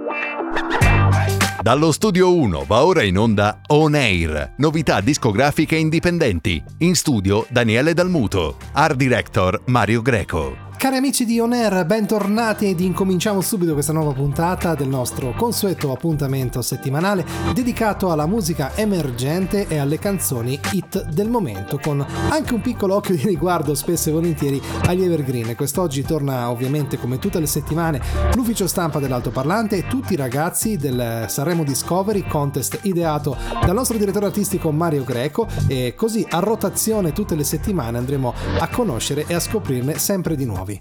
Dallo Studio 1 va ora in onda On Air, novità discografiche indipendenti. In studio Daniele Dalmuto, Art Director Mario Greco. Cari amici di On Air, bentornati ed incominciamo subito questa nuova puntata del nostro consueto appuntamento settimanale dedicato alla musica emergente e alle canzoni hit del momento, con anche un piccolo occhio di riguardo spesso e volentieri agli evergreen. Quest'oggi torna ovviamente come tutte le settimane l'ufficio stampa dell'altoparlante e tutti i ragazzi del Sanremo Discovery Contest ideato dal nostro direttore artistico Mario Greco, e così a rotazione tutte le settimane andremo a conoscere e a scoprirne sempre di nuovi.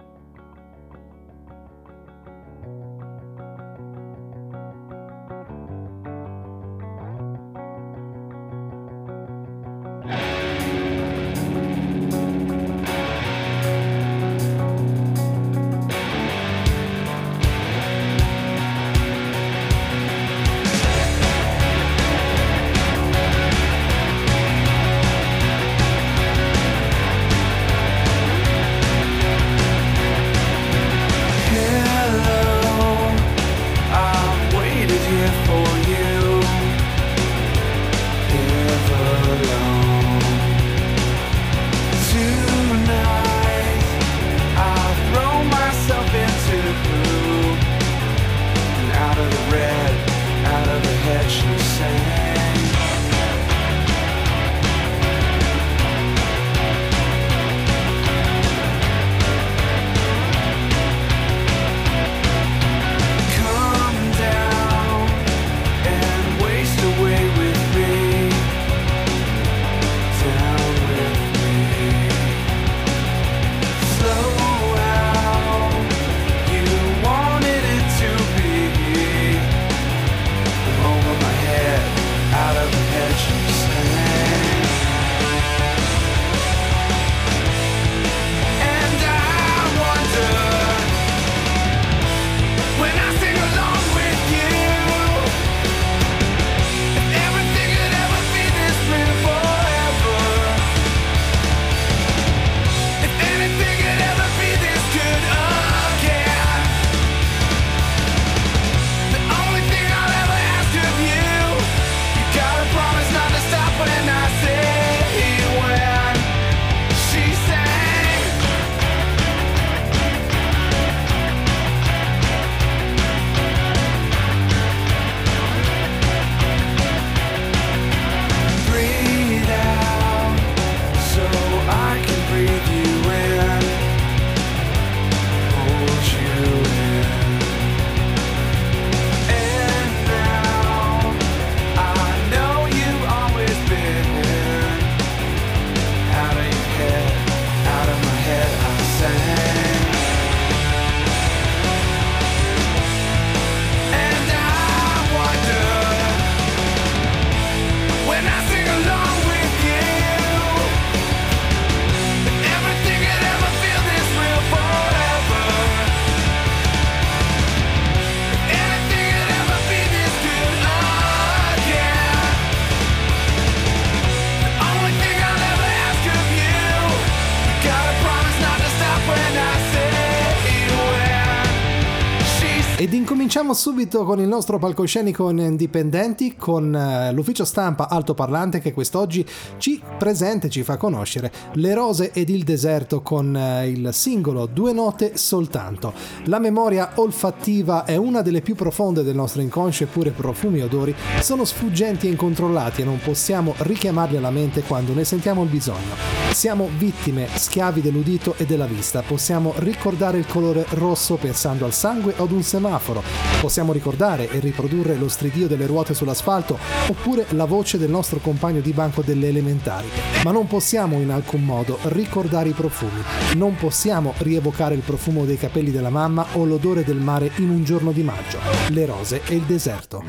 Ed incominciamo subito con il nostro palcoscenico in indipendenti con l'ufficio stampa altoparlante che quest'oggi ci presenta e ci fa conoscere Le Rose ed il Deserto con il singolo Due note soltanto. La memoria olfattiva è una delle più profonde del nostro inconscio, eppure profumi e odori sono sfuggenti e incontrollati e non possiamo richiamarli alla mente quando ne sentiamo il bisogno. Siamo vittime, schiavi dell'udito e della vista. Possiamo ricordare il colore rosso pensando al sangue o ad un semaforo. Possiamo ricordare e riprodurre lo stridio delle ruote sull'asfalto oppure la voce del nostro compagno di banco delle elementari, ma non possiamo in alcun modo ricordare i profumi. Non possiamo rievocare il profumo dei capelli della mamma o l'odore del mare in un giorno di maggio. Le rose e il deserto.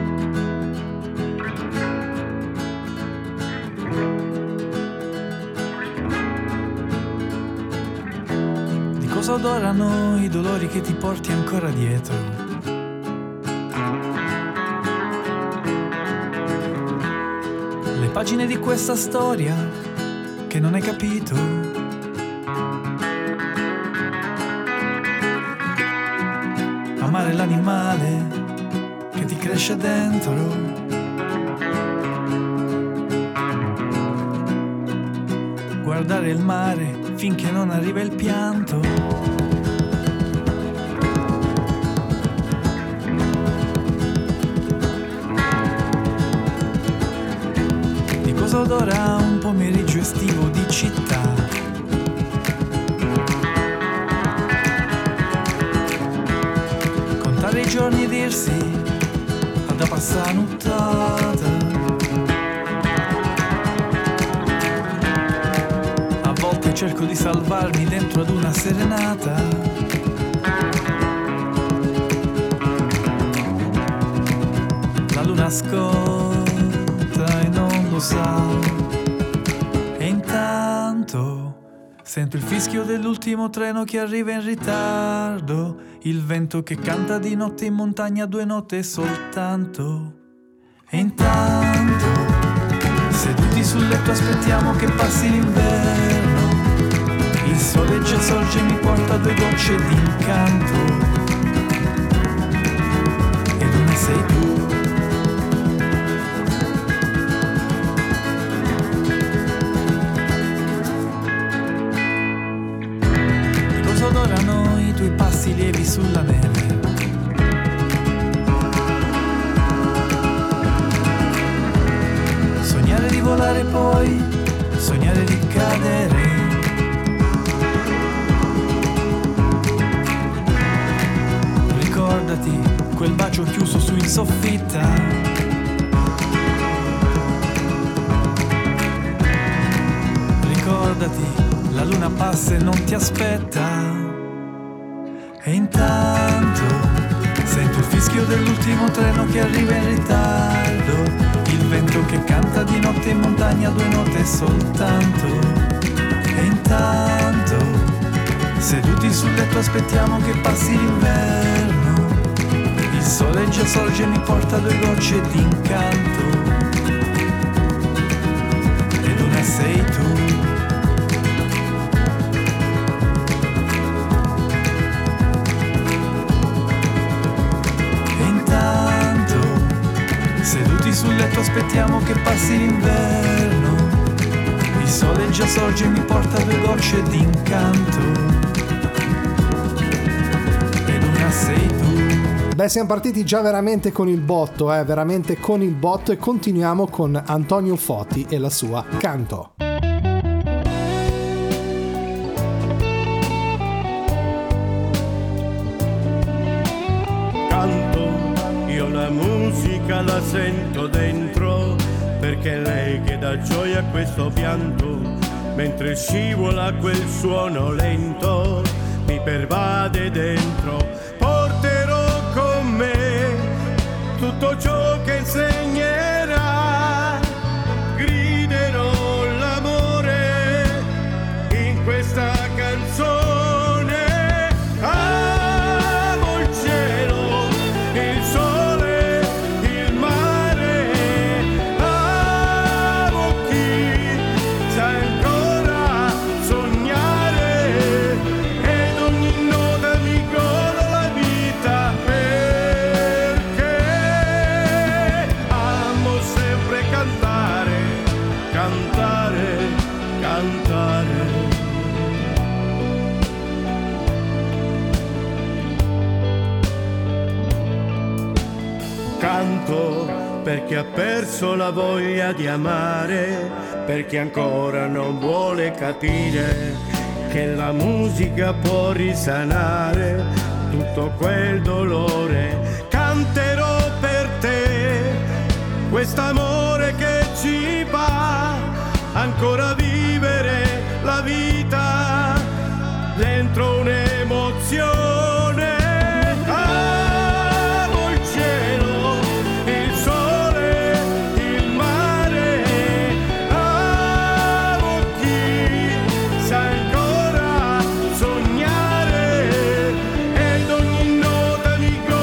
Cosa odorano i dolori che ti porti ancora dietro? Le pagine di questa storia che non hai capito. amare l'animale che ti cresce dentro. Guardare il mare finché non arriva il pianto. Di cosa odora un pomeriggio estivo di città. Contare i giorni e dirsi da passare nottata. A volte cerco di salvarmi dentro ad una serenata. La luna ascolta e non lo sa. E intanto sento il fischio dell'ultimo treno che arriva in ritardo. Il vento che canta di notte in montagna 2 note soltanto. E intanto, seduti sul letto aspettiamo che passi l'inverno. Il sole già sorge e mi porta 2 gocce d'incanto. Ed una sei tu. Di cosa odorano i tuoi passi lievi sulla neve? Sognare di volare poi, sognare di cadere. Ricordati quel bacio chiuso su in soffitta. Ricordati, la luna passa e non ti aspetta. E intanto sento il fischio dell'ultimo treno che arriva in ritardo. Il vento che canta di notte in montagna 2 note soltanto. E intanto, seduti sul letto aspettiamo che passi l'inverno. Il sole già sorge e mi porta 2 gocce d'incanto. Ed una sei tu. Seduti sul letto aspettiamo che passi l'inverno. Il sole già sorge e mi porta 2 gocce d'incanto. Ed una sei tu. Beh, siamo partiti già veramente con il botto, veramente con il botto, e continuiamo con Antonio Foti e la sua Canto. La musica la sento dentro, perché è lei che dà gioia a questo pianto. Mentre scivola quel suono lento, mi pervade dentro. Porterò con me tutto ciò che insegnerà. Griderò l'amore in questa canzone. Perché ha perso la voglia di amare, perché ancora non vuole capire che la musica può risanare tutto quel dolore. Canterò per te quest'amore che ci fa ancora vivere la vita dentro un'emozione. Ed ogni nota mi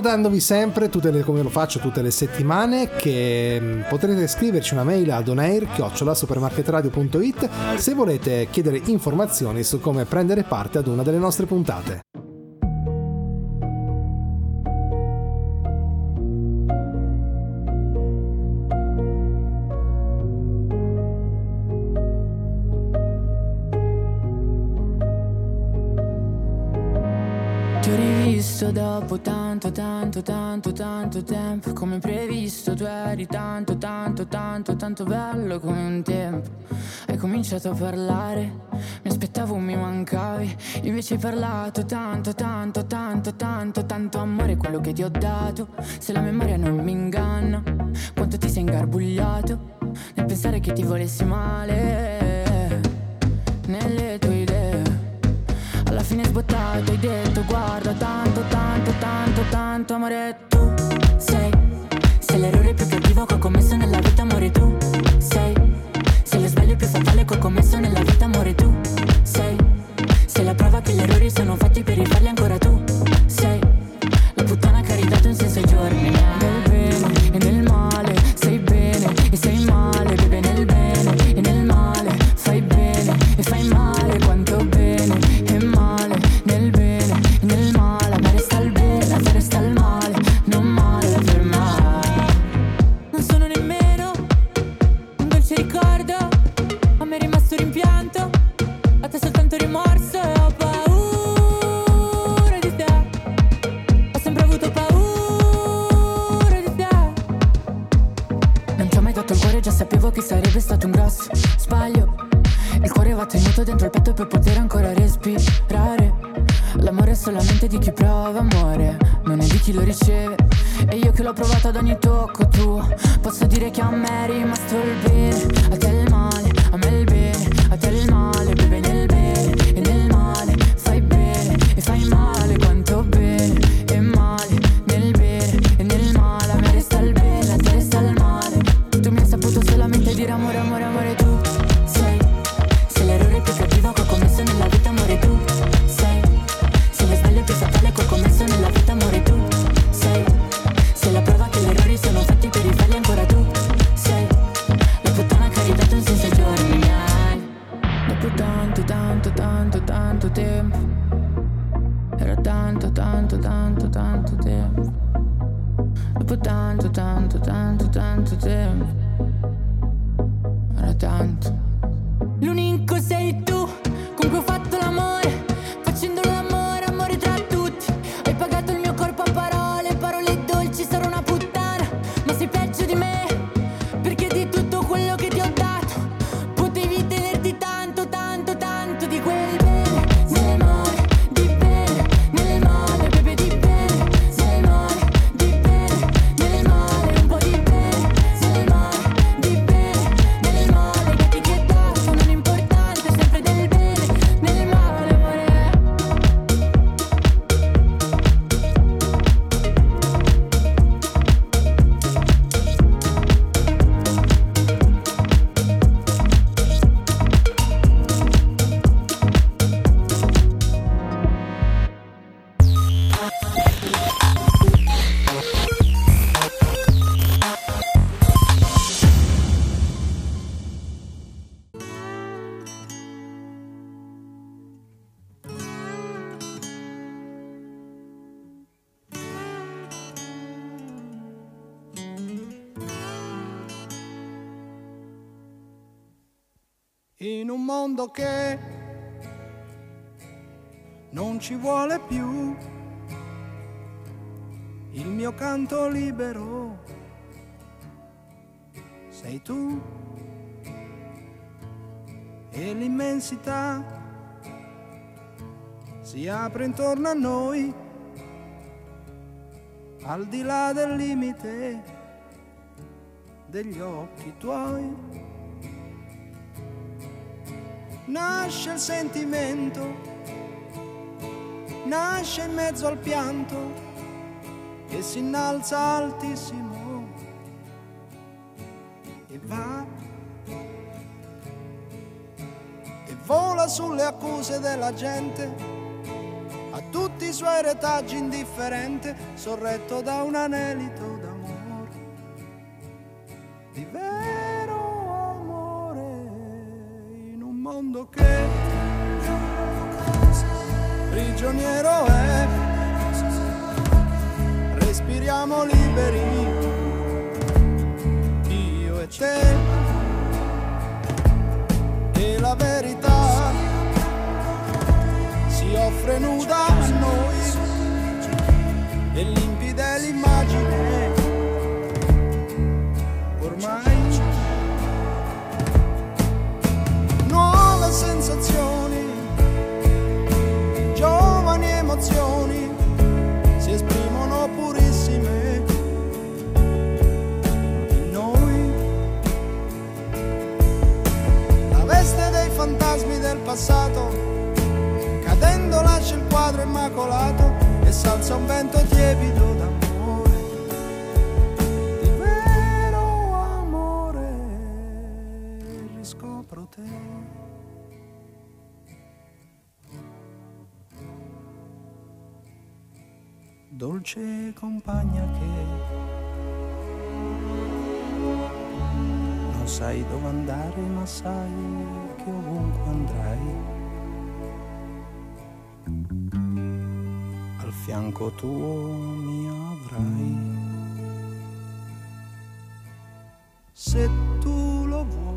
Ricordandovi sempre, come lo faccio tutte le settimane, che potrete scriverci una mail ad onair@supermarketradio.it se volete chiedere informazioni su come prendere parte ad una delle nostre puntate. Dopo tanto tempo, come previsto, tu eri tanto bello come un tempo. Hai cominciato a parlare, mi aspettavo, mi mancavi, invece hai parlato tanto amore, quello che ti ho dato. Se la memoria non mi inganna, quanto ti sei ingarbugliato nel pensare che ti volessi male nelle tue idee. Alla fine sbottato hai detto guarda tanto amore, tu sei l'errore più cattivo che ho commesso nella vita, amore, tu sei lo sbaglio più fatale che ho commesso nella vita, amore, tu sei la prova che gli errori sono fatti per rifarli ancora, tu sei la puttana che ha ridato un senso ai giorni miei. Nel bene e nel male sei bene e sei male, beve nel bene e nel male, fai bene e fai male, quanto bene e male, nel bene e nel male, a me resta il bene, a te resta il male, non male per mai. Non sono nemmeno un dolce ricordo, a me è rimasto rimpianto, a te soltanto rimorso e ho paura di te, ho sempre avuto paura di te. Non ti ho mai dato il cuore, già sapevo che sarebbe stato un grosso sbaglio. Il cuore va tenuto dentro il petto per poter ancora respirare. L'amore è solamente di chi prova amore, non è di chi lo riceve. E io che l'ho provato ad ogni tocco tuo, posso dire che a me è rimasto il bene, a te il male, a me il bene, a te il male, beve nel bene e nel male, fai bene e fai male, quanto bene e male, nel bene e nel male, a me resta il bene, a te resta il male. Tu mi hai saputo solamente dire amore, amore, amore, tu sei l'errore più cattivo che ho commesso nella vita, amore, tu sei lo sbaglio più fatale che ho commesso nella vita, amore, tu sei la prova che gli errori sono fatti per rifarli ancora, tu sei la puttana che ha ridato un senso ai giorni miei. Dopo tanto tempo, era tanto tempo. Dopo tanto tempo, era tanto. L'unico sei tu con cui ho fatto l'amore, facendo l'amore, amore tra tutti. Hai pagato il mio corpo a parole dolci, sarò una puttana, ma sei peggio di me, perché di tutto quello che ti ho dato potevi tenerti tanto di quel bene, nel male, di bene, nel male, bebe di bene, nel male, di bene, nel male, un po' di bene, nel male, di bene, nel male, gatti che dato, non importante, sempre del bene, nel male, amore. In un mondo che non ci vuole più, il mio canto libero sei tu, e l'immensità si apre intorno a noi, al di là del limite degli occhi tuoi. Nasce il sentimento, nasce in mezzo al pianto e si innalza altissimo e va e vola sulle accuse della gente a tutti i suoi retaggi indifferente, sorretto da un anelito d'amore, di vero amore, in un mondo che prigioniero è. Respiriamo liberi, io e te, e la verità si offre nuda a noi, e limpida è l'immagine, ormai. Nuove sensazioni, giovani emozioni si esprimono purissime in noi. La veste dei fantasmi del passato, cadendo lascia il quadro immacolato e s'alza un vento tiepido d'amore, di vero amore, riscopro te. Dolce compagna che non sai dove andare, ma sai che ovunque andrai, al fianco tuo mi avrai, se tu lo vuoi.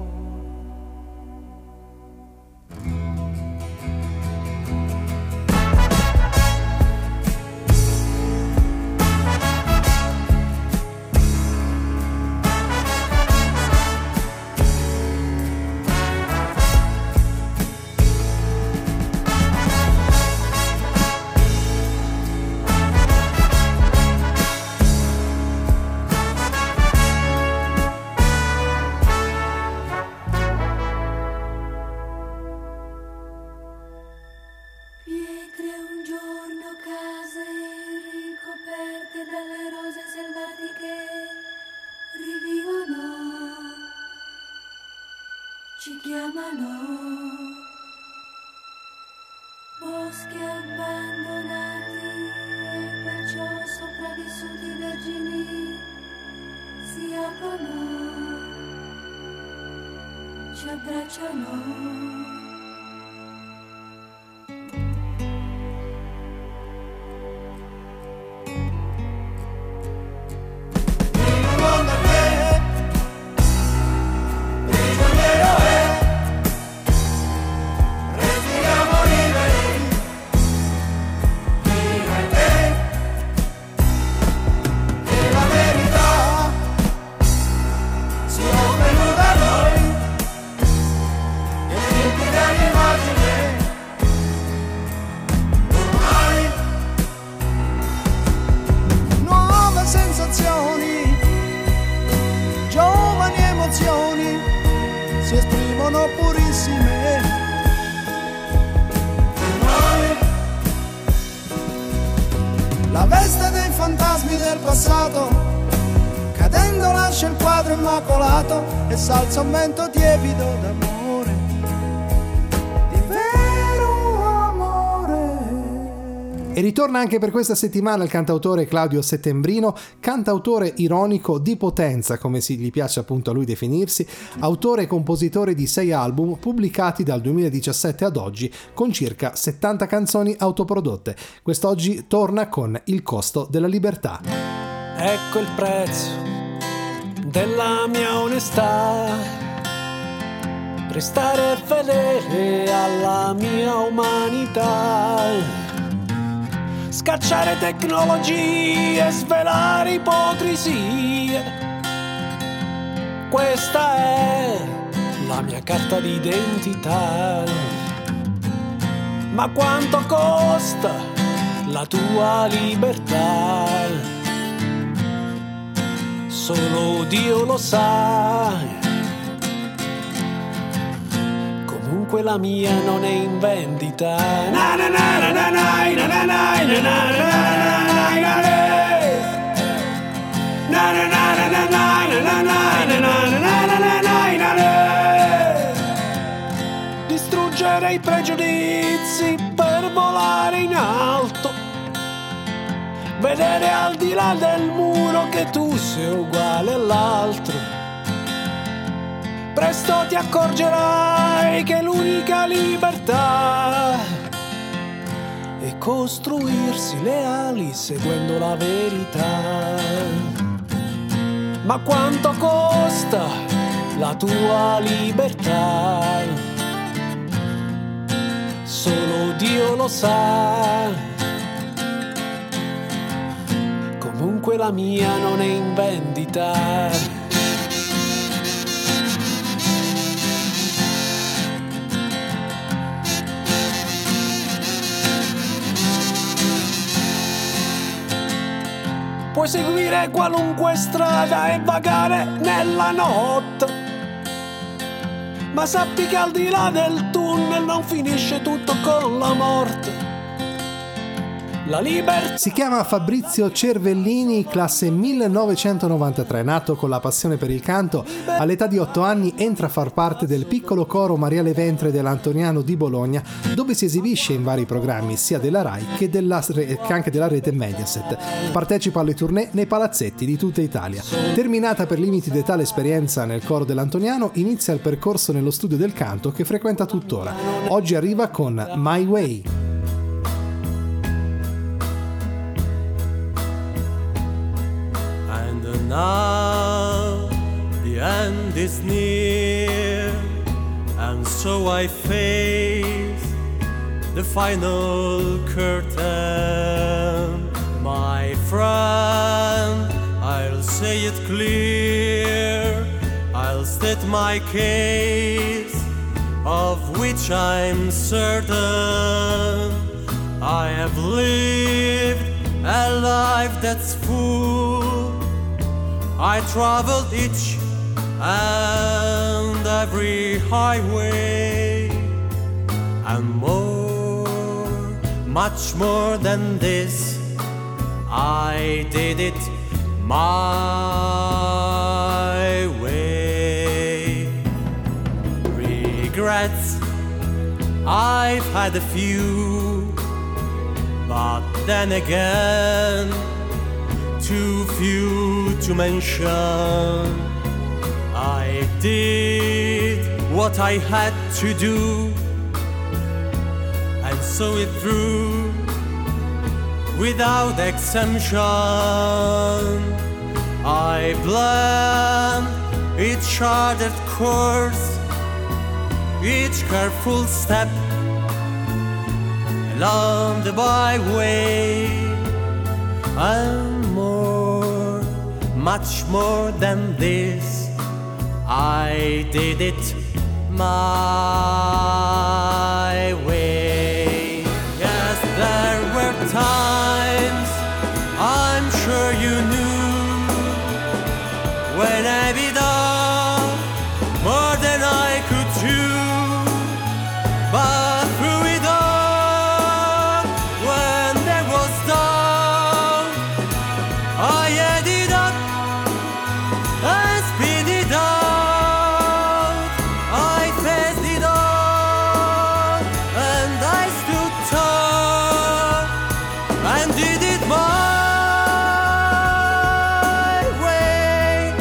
Boschi abbandonati e perciò sopravvissuti vergini si aprono, ci abbracciano. Si esprimono purissime in noi. La veste dei fantasmi del passato, cadendo lascia il quadro immacolato e s'alza un vento tiepido d'amore, di vero amore. E ritorna anche per questa settimana il cantautore Claudio Settembrino, cantautore ironico di potenza, come gli piace appunto a lui definirsi, autore e compositore di 6 album pubblicati dal 2017 ad oggi con circa 70 canzoni autoprodotte. Quest'oggi torna con Il costo della libertà. Ecco il prezzo della mia onestà, restare fedele alla mia umanità, scacciare tecnologie, svelare ipocrisie. Questa è la mia carta d'identità. Ma quanto costa la tua libertà? Solo Dio lo sa. Comunque la mia non è in vendita. Na na na na na na na na na na na na na. Distruggere i pregiudizi per poter volare in alto, vedere al di là del muro che tu sei uguale all'altro. Presto ti accorgerai che l'unica libertà è costruirsi le ali seguendo la verità. Ma quanto costa la tua libertà? Solo Dio lo sa. Comunque la mia non è in vendita. Puoi seguire qualunque strada e vagare nella notte, ma sappi che al di là del tunnel non finisce tutto con la morte. La libertà. Si chiama Fabrizio Cervellini, classe 1993, nato con la passione per il canto. All'età di 8 anni entra a far parte del piccolo coro Mariale Ventre dell'Antoniano di Bologna, dove si esibisce in vari programmi sia della Rai che anche della rete Mediaset. Partecipa alle tournée nei palazzetti di tutta Italia. Terminata per limiti d'età l'esperienza nel coro dell'Antoniano, inizia il percorso nello studio del canto che frequenta tuttora. Oggi arriva con My Way. Now the end is near, and so I face the final curtain. My friend, I'll say it clear, I'll state my case, of which I'm certain. I have lived a life that's full, I traveled each and every highway, and more, much more than this, I did it my way. Regrets, I've had a few, but then again, too few to mention. I did what I had to do and saw it through without exemption. I planned each charted course, each careful step along the byway, and more, much more than this, I did it my way. Yes, there were times, I'm sure you knew, when I did all more than I could do, but through it all, when there was doubt, I added up and spit it out. I faced it all, and I stood tall and did it my way.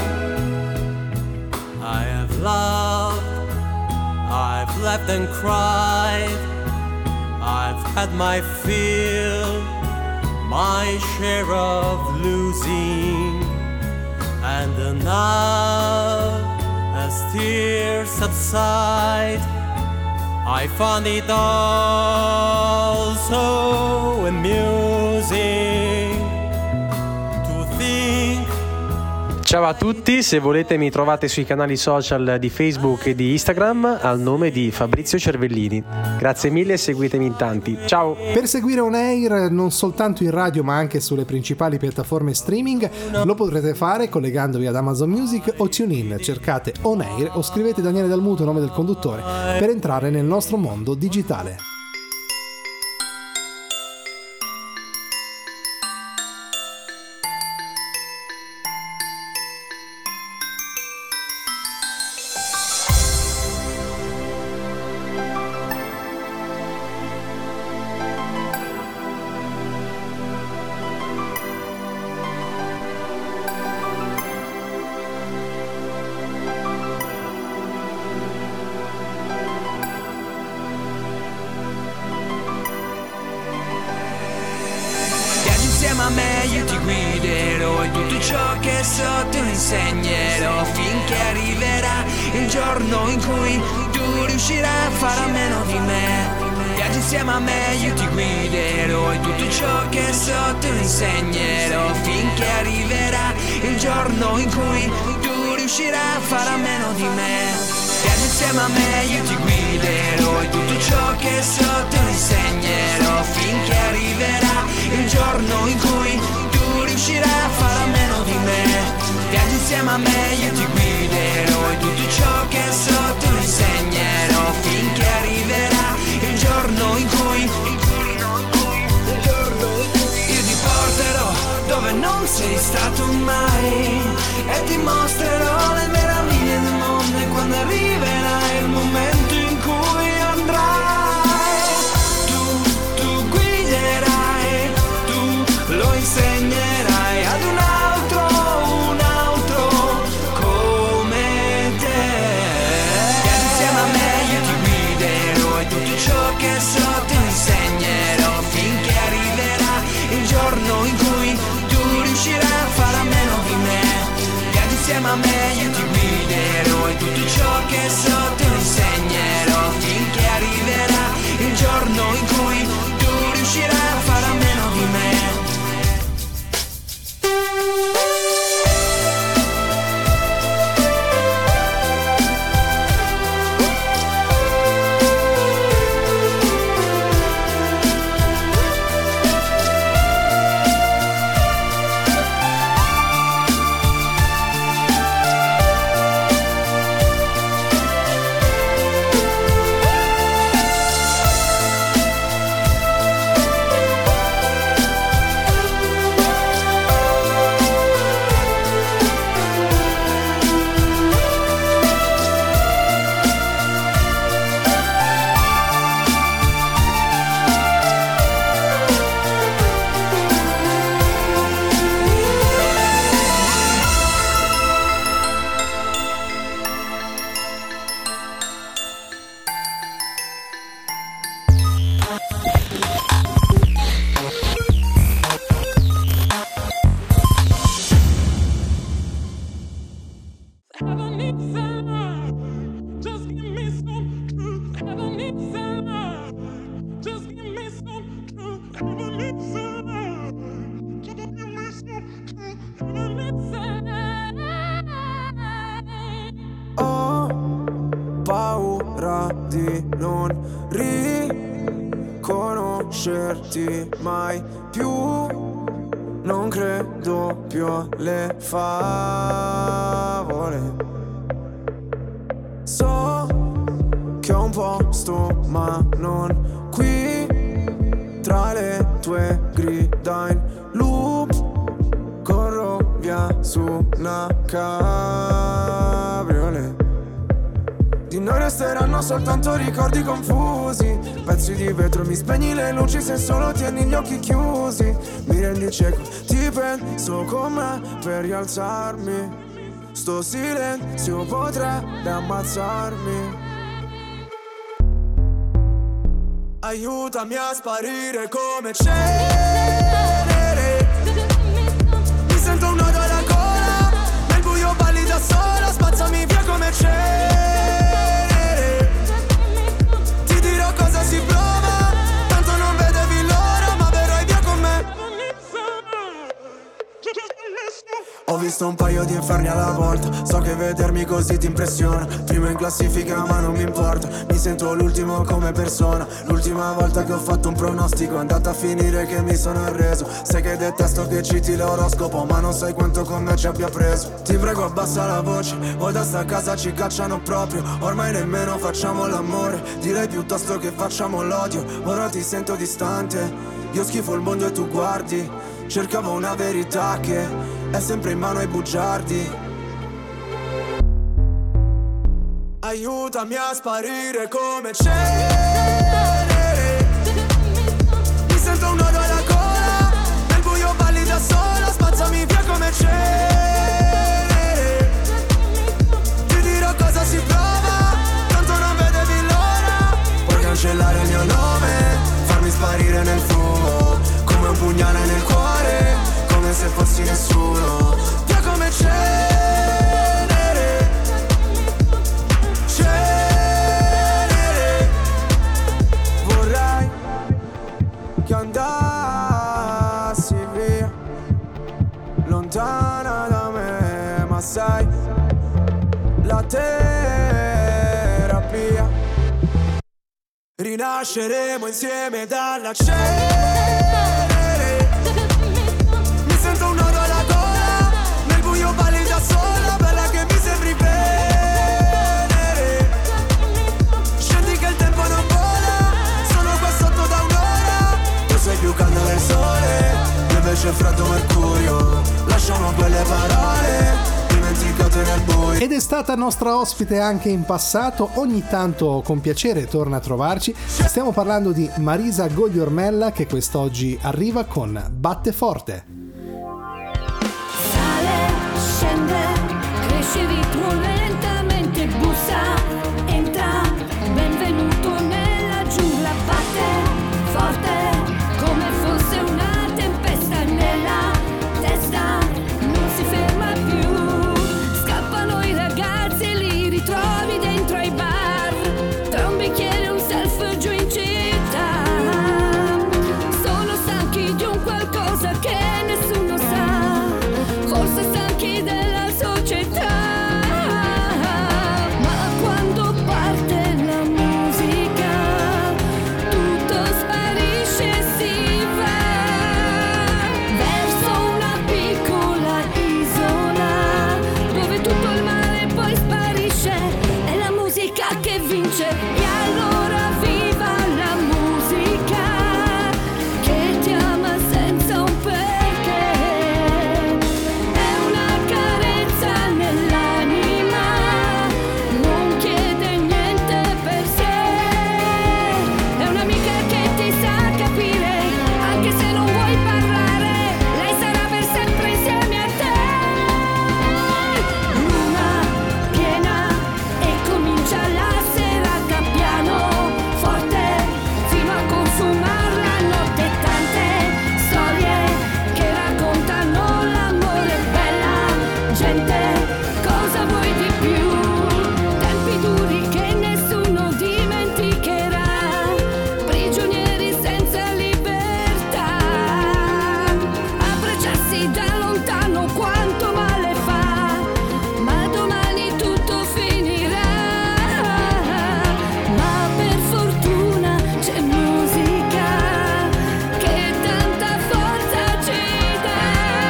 I have loved, I've laughed and cried, I've had my fill, my share of losing, and now as tears subside, I found it all so amusing to think. Ciao a tutti, se volete mi trovate sui canali social di Facebook e di Instagram al nome di Fabrizio Cervellini. Grazie mille e seguitemi in tanti. Ciao! Per seguire On Air non soltanto in radio ma anche sulle principali piattaforme streaming lo potrete fare collegandovi ad Amazon Music o TuneIn. Cercate On Air o scrivete Daniele Dal Muto, nome del conduttore, per entrare nel nostro mondo digitale. ti guiderò e tutto ciò che so ti insegnerò, finché arriverà il giorno in cui tu riuscirai a fare a meno di me. Viaggi insieme a me, io ti guiderò e tutto ciò che so ti insegnerò, finché arriverà il giorno in cui tu riuscirai a fare a meno di me. Viaggi insieme a me, io ti guiderò e tutto ciò che so ti insegnerò, finché arriverà il giorno in cui tu riuscirai a fare a meno di me. Viaggi insieme a me, io ti guiderò e tutto ciò che so ti insegnerò, finché arriverà il giorno in cui io ti porterò dove non sei stato mai e ti mostrerò le meraviglie del mondo. E quando arriverà il momento in cui andrai, tu guiderai, tu lo insegnerai ad un altro come te. Viaggi insieme a me, io ti guiderò e tutto ciò che so ti insegnerò, finché arriverà il giorno in cui tu riuscirai a fare a meno di me. Viaggi insieme a me, io ti guiderò e tutto ciò che so ti insegnerò, finché arriverà il giorno in cui tu riuscirai a fare a meno di me. Mai più non credo più alle favole. So che ho un posto ma non qui, tra le tue grida in loop corro via su una cabriolet. Di noi resteranno soltanto ricordi confusi, pezzi di vetro, mi spegni le luci se solo tieni gli occhi chiusi. Mi rendi cieco, ti penso con me per rialzarmi. Sto silenzio potrebbe ammazzarmi. Aiutami a sparire come cenere. Mi sento un nodo alla gola, nel buio balli da sola, spazzami via come cenere. Cosa si prova, tanto non vedevi l'ora, ma verrai via con me. Ho visto un paio di inferni alla volta, so che vedermi così ti impressiona. Primo in classifica ma non mi importa, mi sento l'ultimo come persona. L'ultima volta che ho fatto un pronostico è andata a finire che mi sono arreso. Sai che detesto che citi l'oroscopo, ma non sai quanto con me ci abbia preso. Ti prego abbassa la voce, o da sta casa ci cacciano proprio. Ormai nemmeno facciamo l'amore, direi piuttosto che facciamo l'odio. Ora ti sento distante, io schifo il mondo e tu guardi. Cercavo una verità che è sempre in mano ai bugiardi. Aiutami a sparire come cenere. Mi sento un nodo alla gola, nel buio balli da sola, spazzami via come cenere. Ti dirò cosa si prova, tanto non vedevi l'ora. Puoi cancellare il mio nome, farmi sparire nel fumo, come un pugnale nel cuore, come se lasceremo insieme dalla cenere. Mi sento un nodo alla gola, nel buio balli da sola, bella che mi sembri Venere. Scendi che il tempo non vola, sono qua sotto da un'ora. Tu sei più caldo del sole, io invece freddo mercurio. Lasciamo quelle parole dimenticate nel buio. Ed è stata nostra ospite anche in passato, ogni tanto con piacere torna a trovarci. Stiamo parlando di Marisa Gogliormella, che quest'oggi arriva con Batte Forte. Sale, scende, cresce il ritmo lentamente, bussa, entra, benvenuto nella giungla. Batte forte, come fosse una tempesta nella testa, non si ferma più. Scappano i ragazzi e li ritrovi dentro ai bar, tra un bicchiere e un self giù in città. Sono stanchi di un qualcosa che nessuno sa, forse stanchi della società. Ma quando parte la musica tutto sparisce e si va verso una piccola isola dove tutto il male poi sparisce. È la musica che vince. E allora viva la musica che ti ama senza un perché. È una carezza nell'anima, non chiede niente per sé. È un'amica che ti sa capire, anche se non vuoi parlare, lei sarà per sempre insieme a te. Luna piena e comincia la serata piano forte, fino a consumare la notte. Tante storie che raccontano l'amore, bella gente, cosa vuoi di più? Tempi duri che nessuno dimenticherà, prigionieri senza libertà, abbracciarsi da lontano quanto male fa, ma domani tutto finirà. Ma per fortuna c'è musica che tanta forza ci dà,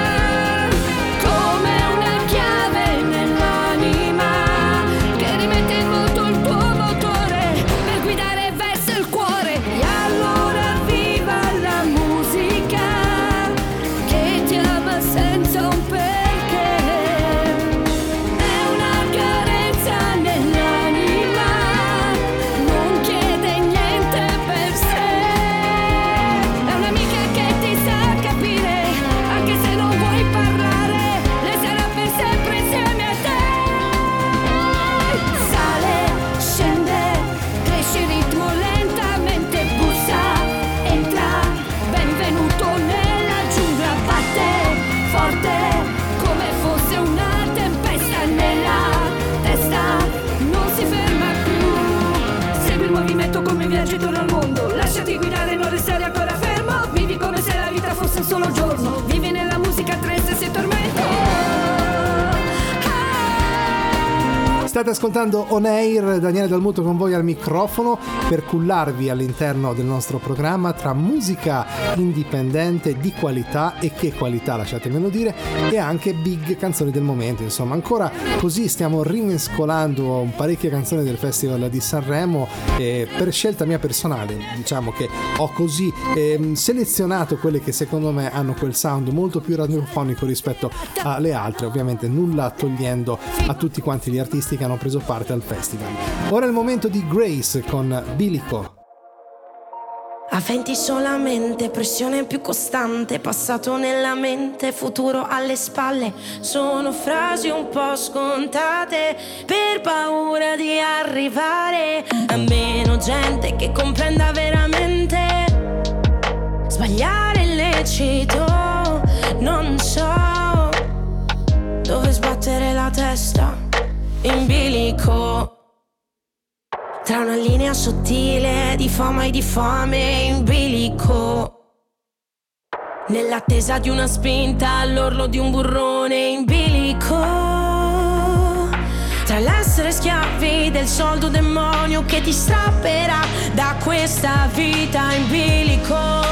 come una chiave nell'anima che rimette in moto il tuo motore per guidare verso il cuore. E allora viva la musica che ti ama senza un perché. È una carezza nell'anima, non chiede niente per sé. È un'amica che ti sa capire, anche se non vuoi parlare, lei sarà per sempre insieme a te. Sale, scende, cresce il ritmo lentamente, bussa, entra, benvenuto nella giungla. Batte forte, come fosse una tempesta nella testa, non si ferma più. Segui il movimento come un viaggiatore al mondo, lasciati guidare, non restare ancora fermo. Vivi come se la vita fosse un solo giorno, vivi nella musica 360 tormento. State ascoltando On Air, Daniele Dalmuto con voi al microfono per cullarvi all'interno del nostro programma tra musica indipendente di qualità, e che qualità lasciatemelo dire, e anche big canzoni del momento. Insomma, ancora così stiamo rimescolando parecchie canzoni del Festival di Sanremo, per scelta mia personale. Diciamo che ho così selezionato quelle che secondo me hanno quel sound molto più radiofonico rispetto alle altre, ovviamente nulla togliendo a tutti quanti gli artisti che hanno preso parte al festival. Ora è il momento di Grace con Bilico. Aventi solamente, pressione più costante, passato nella mente, futuro alle spalle. Sono frasi un po' scontate per paura di arrivare a meno gente che comprenda veramente. Sbagliare è lecito, non so dove sbattere la testa in bilico. Tra una linea sottile di fama e di fame in bilico, nell'attesa di una spinta all'orlo di un burrone in bilico. tra l'essere schiavi del soldo demonio che ti strapperà da questa vita in bilico.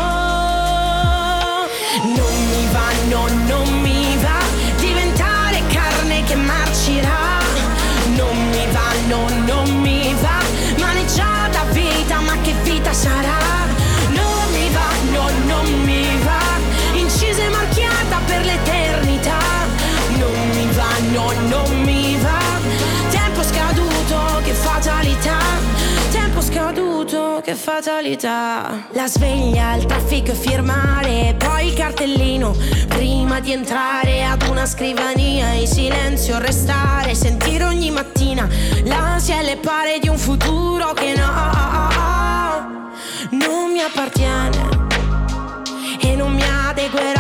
Non mi va, no, non mi va diventare carne che marcirà. Non mi va, no, non mi va maneggiata vita, ma che vita sarà? Non mi va, no, non mi va incisa e marchiata per l'eternità. Non mi va, no, non mi va. Tempo scaduto, che fatalità. Tempo scaduto, che fatalità. La sveglia, il traffico e firmare, poi il cartellino prima di entrare ad una scrivania. In silenzio restare, sentire ogni mattina l'ansia e le pare di un futuro che no, non mi appartiene e non mi adeguerò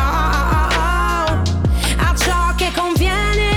a ciò che conviene.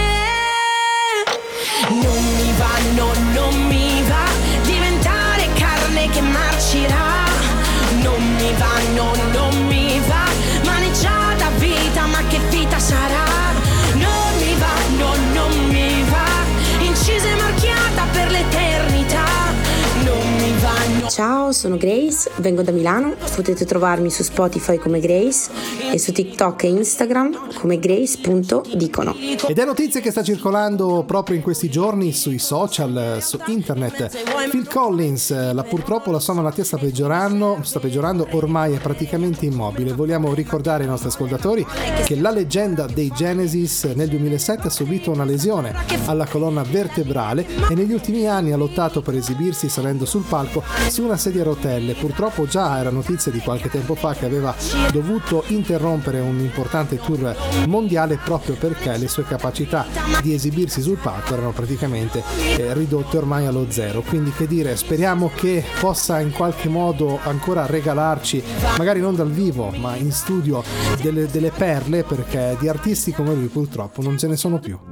Non mi va, no, non mi va diventare carne che marcirà. Non mi va, no, non mi va maneggiata vita, ma che vita sarà? Non mi va, no, non mi va incisa e marchiata per l'eternità. Non mi va, no. Ciao, sono Grace, vengo da Milano. Potete trovarmi su Spotify come Grace e su TikTok e Instagram come grace.dicono. Ed è notizia che sta circolando proprio in questi giorni sui social, su internet. Phil Collins, purtroppo la sua malattia sta peggiorando, ormai è praticamente immobile. Vogliamo ricordare ai nostri ascoltatori che la leggenda dei Genesis nel 2007 ha subito una lesione alla colonna vertebrale e negli ultimi anni ha lottato per esibirsi salendo sul palco su una sedia a rotelle. Purtroppo già era notizia di qualche tempo fa che aveva dovuto interrompere un importante tour mondiale proprio perché le sue capacità di esibirsi sul palco erano praticamente ridotte ormai allo zero. Quindi che dire, speriamo che possa in qualche modo ancora regalarci, magari non dal vivo ma in studio, delle perle, perché di artisti come lui purtroppo non ce ne sono più.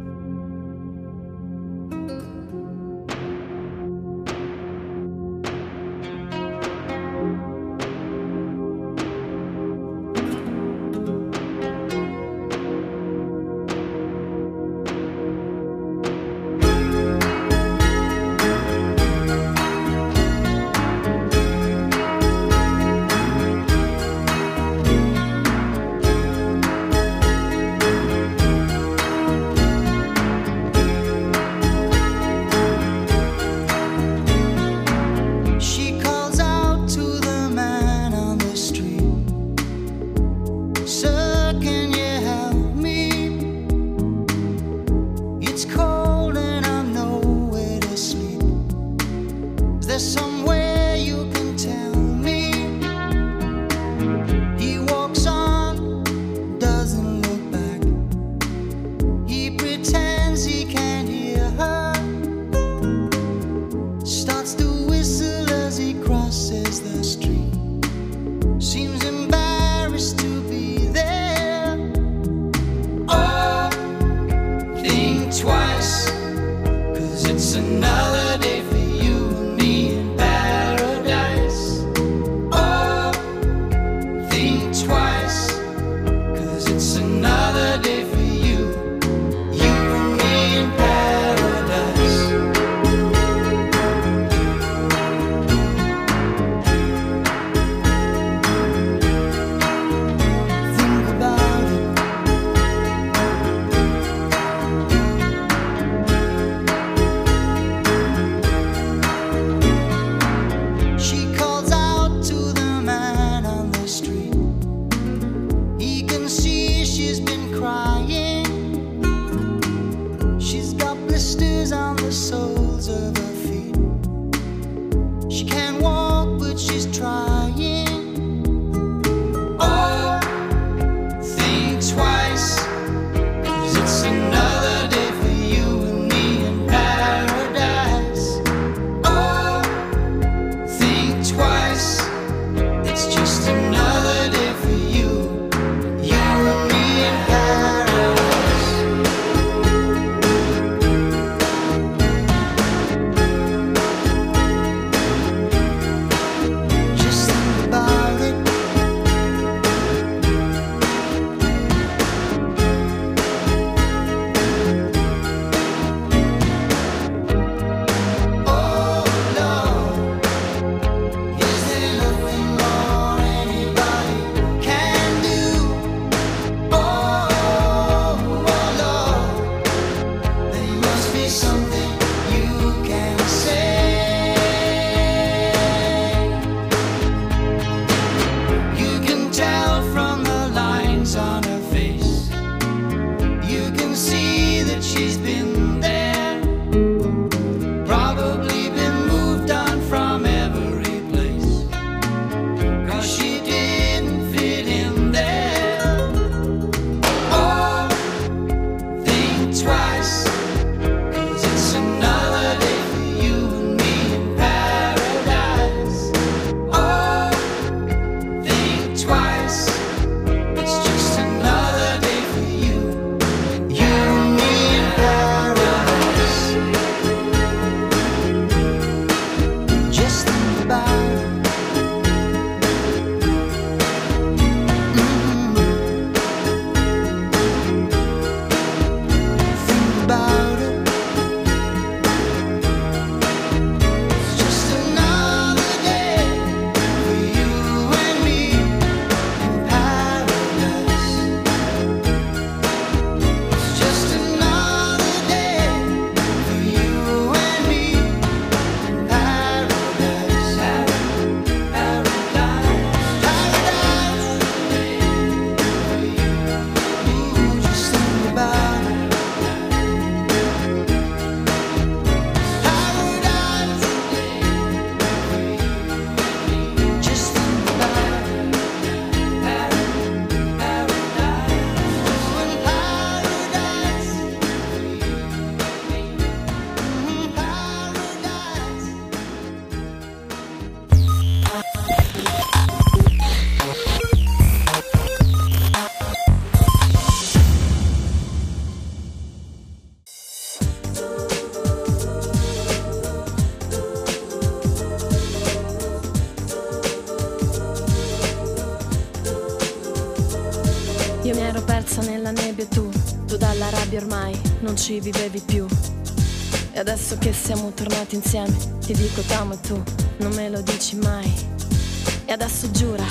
carezza nella nebbia e tu dalla rabbia ormai non ci vivevi più. E adesso che siamo tornati insieme ti dico t'amo e tu non me lo dici mai. E adesso giura,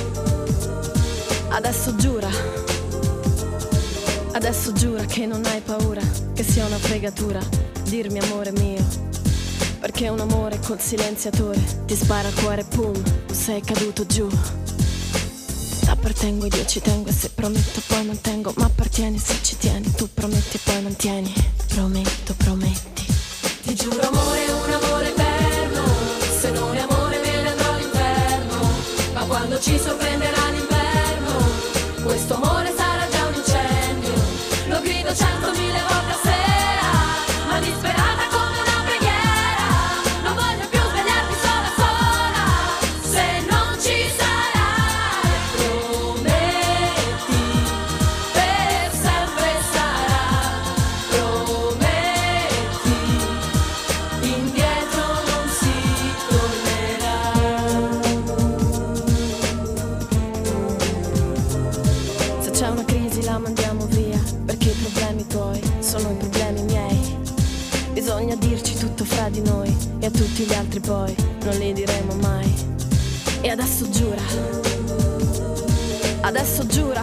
adesso giura, adesso giura che non hai paura, che sia una fregatura dirmi amore mio, perché un amore col silenziatore ti spara al cuore, pum, sei caduto giù. T'appartengo ed io ci tengo, e se prometto poi mantengo, ma appartieni se ci tieni, tu prometti e poi mantieni, prometto, prometti. Ti giuro amore, un amore eterno, se non è amore me ne andrò all'inferno, ma quando ci sorprenderà l'inverno, questo amore sarà già un incendio, lo grido 100.000 volte a sera, ma disperata come una preghiera, non voglio più svegliarmi sola sola, se non ci sarai, prometti, per sempre sarà, prometti, indietro non si tornerà. Se c'è una crisi la mandiamo via, perché i problemi tuoi sono i problemi miei. Bisogna dirci tutto fra di noi, e a tutti gli altri poi non li diremo mai. E adesso giura, adesso giura,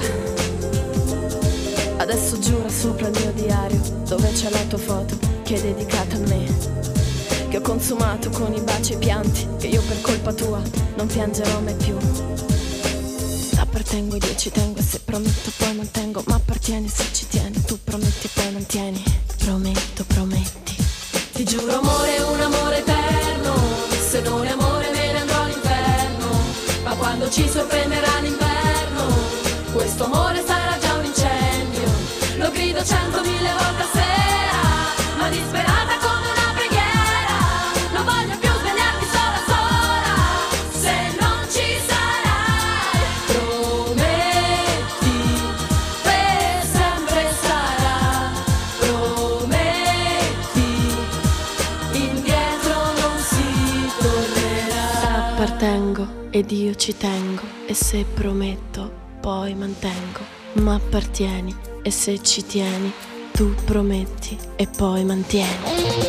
adesso giura sopra il mio diario, dove c'è la tua foto che è dedicata a me, che ho consumato con i baci e i pianti, che io per colpa tua non piangerò mai più. T'appartengo ed io ci tengo, e se prometto poi mantengo, ma appartieni se ci tieni, tu prometti e poi mantieni, prometto, prometti. Ti giuro amore, un amore eterno, se non è amore me ne andrò all'inferno, ma quando ci sorprenderà l'inverno, questo amore sarà già un incendio, lo grido 100.000 volte a sera, ma disperata come una preghiera, non voglio più svegliarmi sola sola, se non ci sarai, prometti, per sempre sarà, prometti, indietro non si tornerà. Appartengo ed io ci tengo, e se prometto poi mantengo, ma appartieni e se ci tieni, tu prometti e poi mantieni.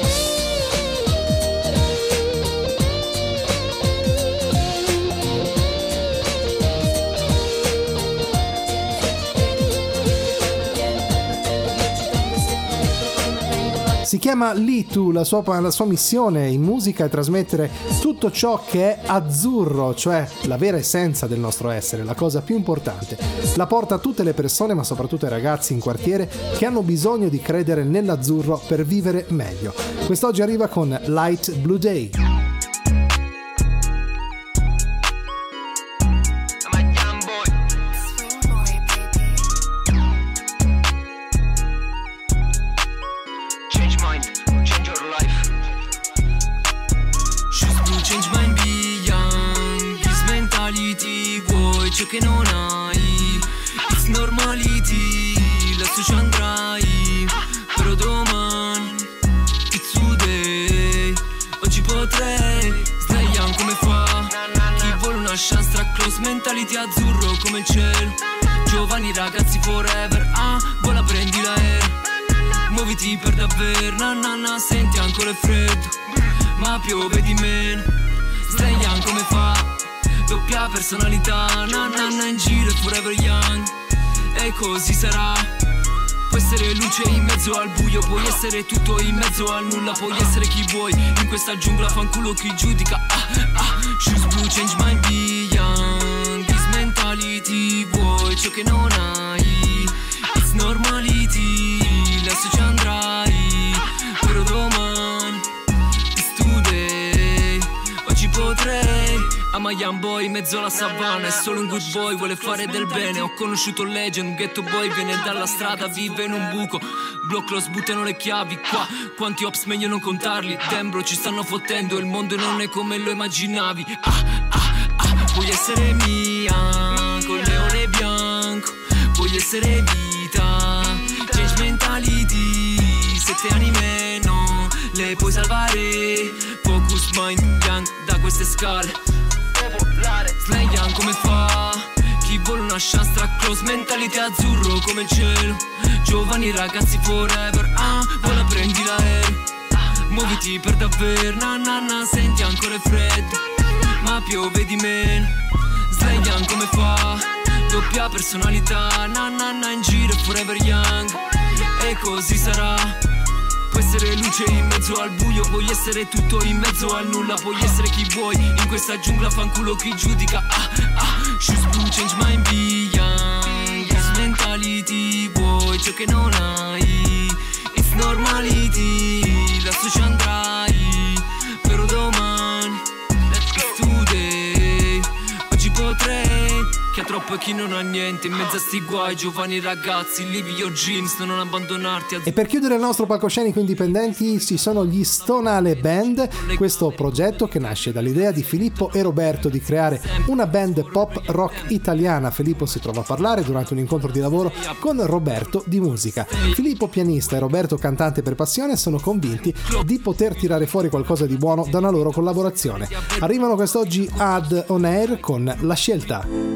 Si chiama Litu, la sua missione in musica è trasmettere tutto ciò che è azzurro, cioè la vera essenza del nostro essere, la cosa più importante. La porta a tutte le persone, ma soprattutto ai ragazzi in quartiere che hanno bisogno di credere nell'azzurro per vivere meglio. Quest'oggi arriva con Light Blue Day. Ciò che non hai, it's normality, lassù ci andrai, però domani, it's today, oggi potrei, sdraiam come fa, chi vuole una chance tra close, mentality azzurro come il cielo, giovani ragazzi forever, vola prendi l'aereo, muoviti per davvero, na senti ancora il freddo, ma piove di meno, sdraiam come fa, doppia personalità, na in giro forever young, e così sarà. Puoi essere luce in mezzo al buio, puoi essere tutto in mezzo al nulla, puoi essere chi vuoi, in questa giungla fanculo chi giudica, shoes blue, change my be young, this mentality, vuoi ciò che non hai, it's normality, lassù ci andrai, però domani, it's today, oggi potrei, ama young boy in mezzo alla savana, è solo un good boy, vuole fare del bene. Ho conosciuto legend, un ghetto boy, viene dalla strada, vive in un buco. Block lo sbuttano le chiavi qua, quanti ops meglio non contarli. Damn bro, ci stanno fottendo, il mondo non è come lo immaginavi. Puoi essere mia, col leone bianco, puoi essere vita, change mentality, 7 anni meno, le puoi salvare. Focus mind young da queste scale, popolare, Sly young come fa, chi chi vuole una chance tra close, mentality azzurro come il cielo. Giovani ragazzi forever, vola prendi l'aereo. Muoviti per davvero, na na na, senti ancora il freddo. Ma piove di meno, Sleghian come fa. Doppia personalità, na na na, in giro forever young. E così sarà. Puoi essere luce in mezzo al buio, puoi essere tutto in mezzo al nulla, puoi essere chi vuoi, in questa giungla fanculo chi giudica. Choose blue, change my be young. Yes, mentality, vuoi ciò che non hai. It's normality, adesso ci andrai. Però domani, it's today. Oggi potrei, chi ha troppo e chi non ha niente. In mezzo a sti guai, giovani ragazzi, live your dreams, non abbandonarti. E per chiudere il nostro palcoscenico indipendenti ci sono gli Stonale Band, questo progetto che nasce dall'idea di Filippo e Roberto di creare una band pop rock italiana. Filippo si trova a parlare durante un incontro di lavoro con Roberto di musica. Filippo pianista e Roberto cantante per passione sono convinti di poter tirare fuori qualcosa di buono da una loro collaborazione. Arrivano quest'oggi ad On Air con La Scelta.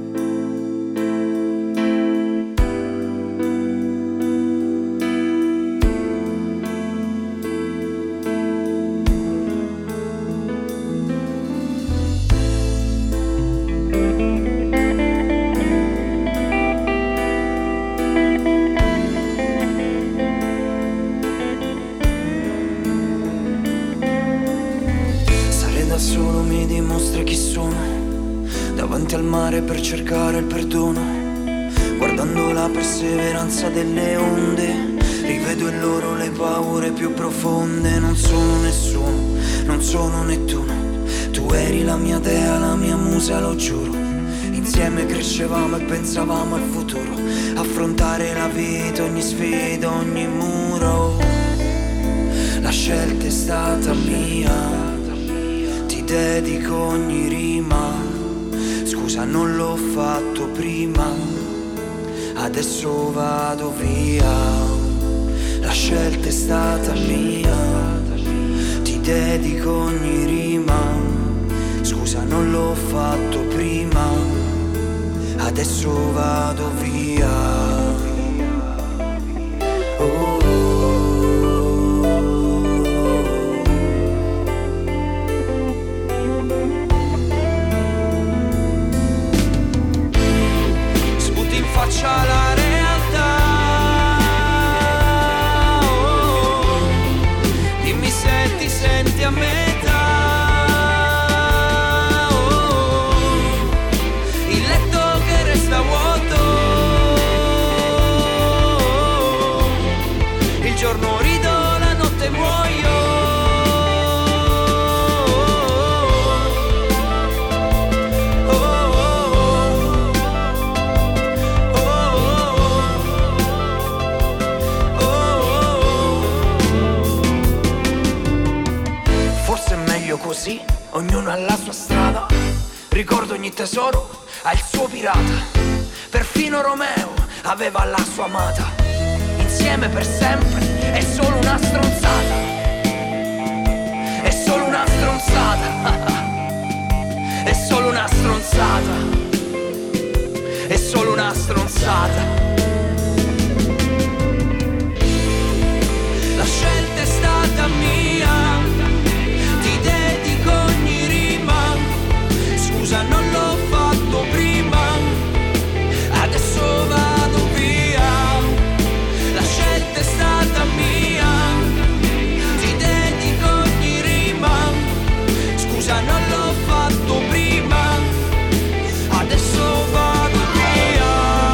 Solo mi dimostra chi sono, davanti al mare per cercare il perdono, guardando la perseveranza delle onde, rivedo in loro le paure più profonde. Non sono nessuno, non sono Nettuno, tu eri la mia dea, la mia musa, lo giuro. Insieme crescevamo e pensavamo al futuro, affrontare la vita, ogni sfida, ogni muro. La scelta è stata mia, dedico ogni rima, scusa non l'ho fatto prima, adesso vado via. La scelta è stata mia, ti dedico ogni rima, scusa non l'ho fatto prima, adesso vado via. La realtà, dimmi se ti senti a metà. Il letto che resta vuoto, il giorno rido, la notte muoio. Così, ognuno ha la sua strada, ricordo ogni tesoro ha il suo pirata, perfino Romeo aveva la sua amata, insieme per sempre è solo una stronzata, è solo una stronzata, è solo una stronzata, è solo una stronzata. La scelta è stata mia, scusa non l'ho fatto prima, adesso vado via. La scelta è stata mia, ti dedico ogni rima, scusa non l'ho fatto prima, adesso vado via.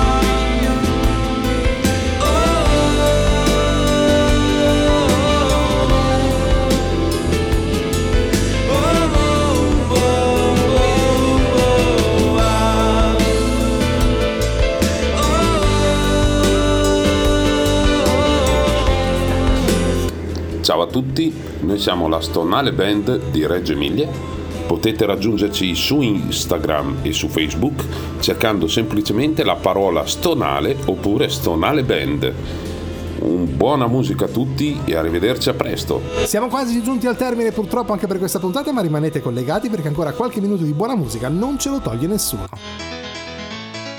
Ciao a tutti, noi siamo la Stonale Band di Reggio Emilia. Potete raggiungerci su Instagram e su Facebook cercando semplicemente la parola Stonale oppure Stonale Band. Buona musica a tutti e arrivederci a presto. Siamo quasi giunti al termine purtroppo anche per questa puntata, ma rimanete collegati perché ancora qualche minuto di buona musica non ce lo toglie nessuno.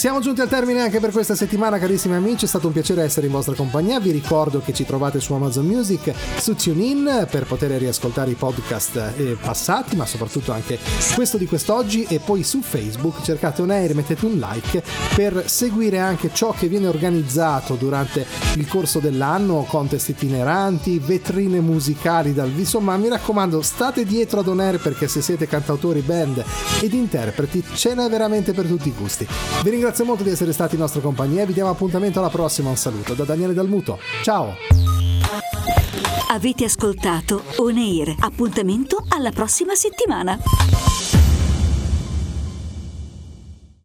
Siamo giunti al termine anche per questa settimana, carissimi amici, è stato un piacere essere in vostra compagnia. Vi ricordo che ci trovate su Amazon Music, su TuneIn per poter riascoltare i podcast passati, ma soprattutto anche questo di quest'oggi, e poi su Facebook cercate On Air, mettete un like per seguire anche ciò che viene organizzato durante il corso dell'anno, contest itineranti, vetrine musicali dal vivo. Insomma, mi raccomando, state dietro ad On Air, perché se siete cantautori, band ed interpreti ce n'è veramente per tutti i gusti. Vi ringrazio molto di essere stati in nostra compagnia, vi diamo appuntamento alla prossima. Un saluto da Daniele Dal Muto, ciao. Avete ascoltato On Air, appuntamento alla prossima settimana.